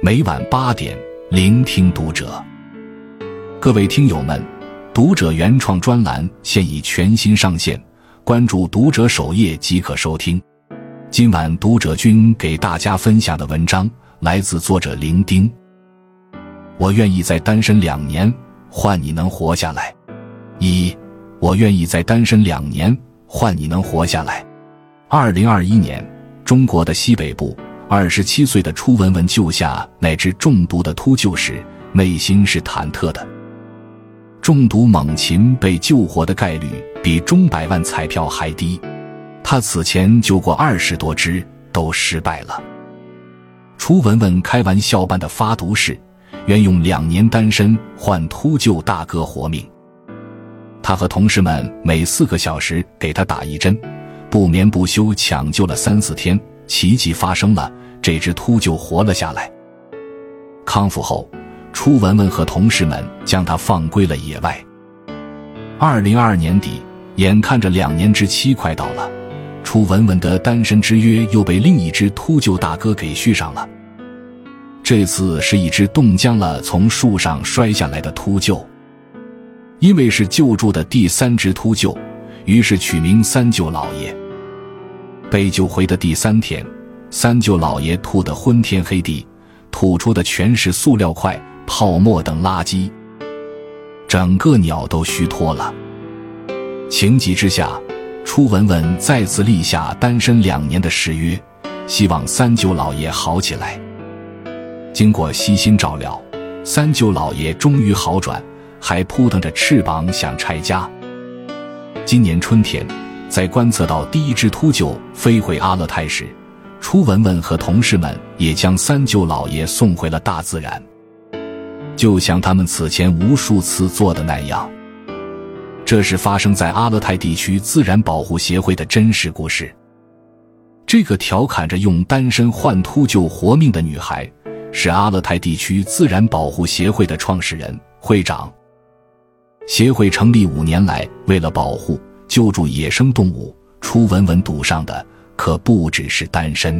每晚8点，聆听读者。各位听友们，读者原创专栏现已全新上线，关注读者首页即可收听。今晚读者君给大家分享的文章来自作者伶仃。我愿意再单身2年，换你能活下来。我愿意再单身2年，换你能活下来。2021年，中国的西北部27岁的初文文救下那只中毒的秃鹫时，内心是忐忑的。中毒猛禽被救活的概率比中百万彩票还低，他此前救过20多只，都失败了。初文文开玩笑般的发毒誓，愿用2年单身换秃鹫大哥活命。他和同事们每4个小时给他打1针，不眠不休抢救了3、4天，奇迹发生了，这只秃鹫活了下来。康复后，初文文和同事们将他放归了野外。2022年底，眼看着2年之期快到了，初文文的单身之约又被另一只秃鹫大哥给续上了。这次是一只冻僵了从树上摔下来的秃鹫。因为是救助的第3只秃鹫，于是取名三鹫老爷。被救回的第3天，三鹫老爷吐得昏天黑地，吐出的全是塑料块、泡沫等垃圾，整个鸟都虚脱了。情急之下，初文文再次立下单身2年的誓约，希望三鹫老爷好起来。经过悉心照料，三鹫老爷终于好转，还扑腾着翅膀想拆家。今年春天，在观测到第1只秃鹫飞回阿勒泰时，初文文和同事们也将三鹫老爷送回了大自然，就像他们此前无数次做的那样。这是发生在阿勒泰地区自然保护协会的真实故事。这个调侃着用单身换秃鹫活命的女孩，是阿勒泰地区自然保护协会的创始人、会长。协会成立5年来，为了保护、救助野生动物，初文文赌上的可不只是单身。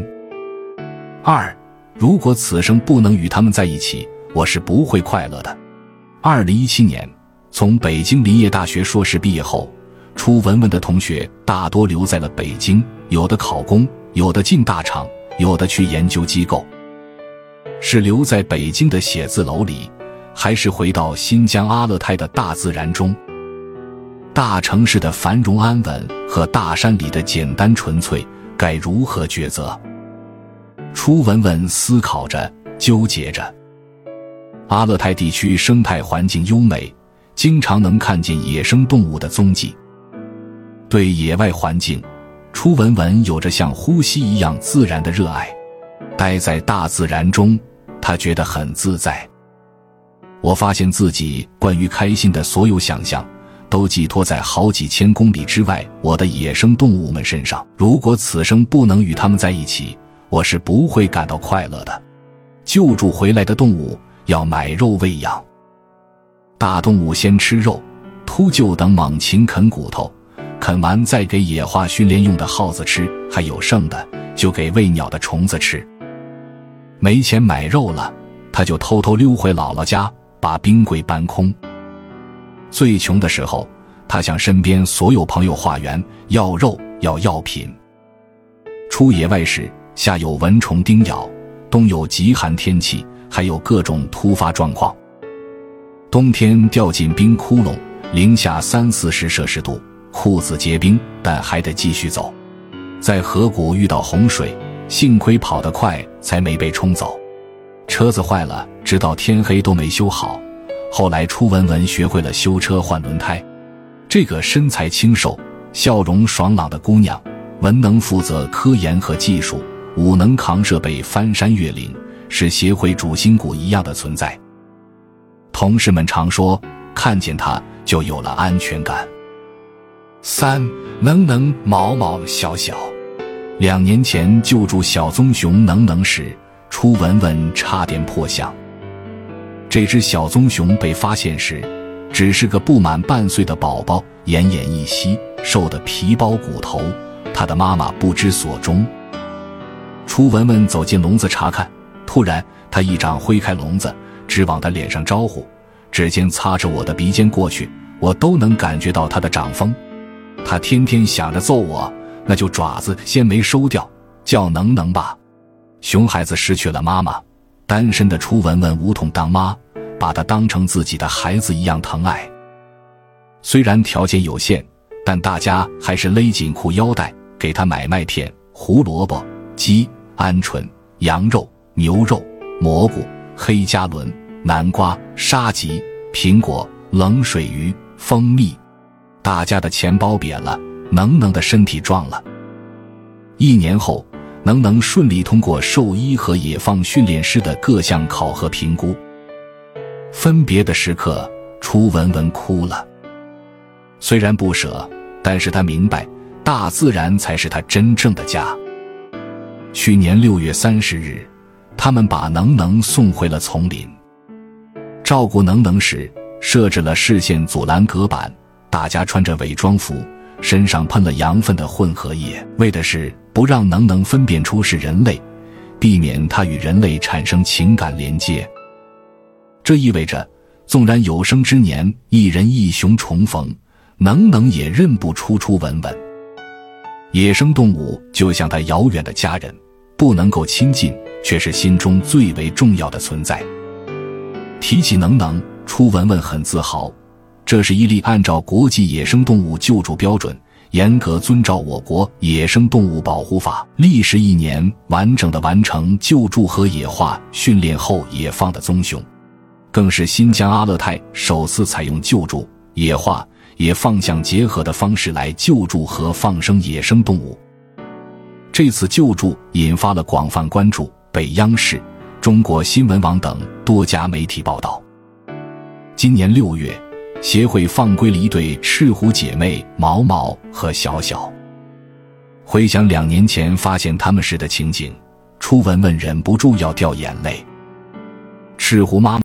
如果此生不能与他们在一起，我是不会快乐的。2017年，从北京林业大学硕士毕业后，初文文的同学大多留在了北京，有的考公，有的进大厂，有的去研究机构。是留在北京的写字楼里，还是回到新疆阿勒泰的大自然中？大城市的繁荣安稳和大山里的简单纯粹，该如何抉择？初文文思考着，纠结着。阿勒泰地区生态环境优美，经常能看见野生动物的踪迹。对野外环境，初文文有着像呼吸一样自然的热爱。待在大自然中，他觉得很自在。我发现自己关于开心的所有想象，都寄托在好几千公里之外我的野生动物们身上。如果此生不能与他们在一起，我是不会感到快乐的。救助回来的动物要买肉喂养，大动物先吃肉，秃鹫等猛禽啃骨头，啃完再给野化训练用的耗子吃，还有剩的就给喂鸟的虫子吃。没钱买肉了，他就偷偷溜回姥姥家，把冰柜搬空。最穷的时候，他向身边所有朋友化缘，要肉，要药品。出野外时，夏有蚊虫叮咬，冬有极寒天气，还有各种突发状况。冬天掉进冰窟窿，零下30-40摄氏度，裤子结冰，但还得继续走。在河谷遇到洪水，幸亏跑得快，才没被冲走。车子坏了，直到天黑都没修好。后来初文文学会了修车换轮胎。这个身材清瘦、笑容爽朗的姑娘，文能负责科研和技术，武能扛设备翻山越岭，是协会主心骨一样的存在。同事们常说，看见她就有了安全感。能毛毛小小。2年前救助小棕熊能时，初文文差点破相。这只小棕熊被发现时，只是个不满半岁的宝宝，奄奄一息，瘦得皮包骨头，他的妈妈不知所终。初文文走进笼子查看， 突然他一掌挥开笼子，直往他脸上招呼，指尖擦着我的鼻尖过去，我都能感觉到他的掌风。他天天想着揍我，那就爪子先没收掉，叫能能吧。熊孩子失去了妈妈，单身的初文文无痛当妈，把他当成自己的孩子一样疼爱。虽然条件有限，但大家还是勒紧裤腰带，给他买麦片、胡萝卜、鸡、鹌鹑、羊肉、牛肉、蘑菇、黑加仑、南瓜、沙棘、苹果、冷水鱼、蜂蜜。大家的钱包瘪了，能能的身体壮了。1年后，能能顺利通过兽医和野放训练师的各项考核评估。分别的时刻，初文文哭了。虽然不舍，但是他明白，大自然才是他真正的家。去年6月30日，他们把能能送回了丛林。照顾能能时，设置了视线阻拦隔板，大家穿着伪装服，身上喷了羊粪的混合液，为的是不让能能分辨出是人类，避免他与人类产生情感连接。这意味着，纵然有生之年一人一熊重逢，能能也认不出初文文。野生动物就像他遥远的家人，不能够亲近，却是心中最为重要的存在。提起能能，初文文很自豪，这是一例按照国际野生动物救助标准，严格遵照我国野生动物保护法，历时1年完整的完成救助和野化训练后野放的棕熊，更是新疆阿勒泰首次采用救助、野化、野放相结合的方式来救助和放生野生动物。这次救助引发了广泛关注，被央视、中国新闻网等多家媒体报道。今年6月，协会放归了一对赤狐姐妹毛毛和小小。回想2年前发现他们时的情景，初文文忍不住要掉眼泪。赤狐妈妈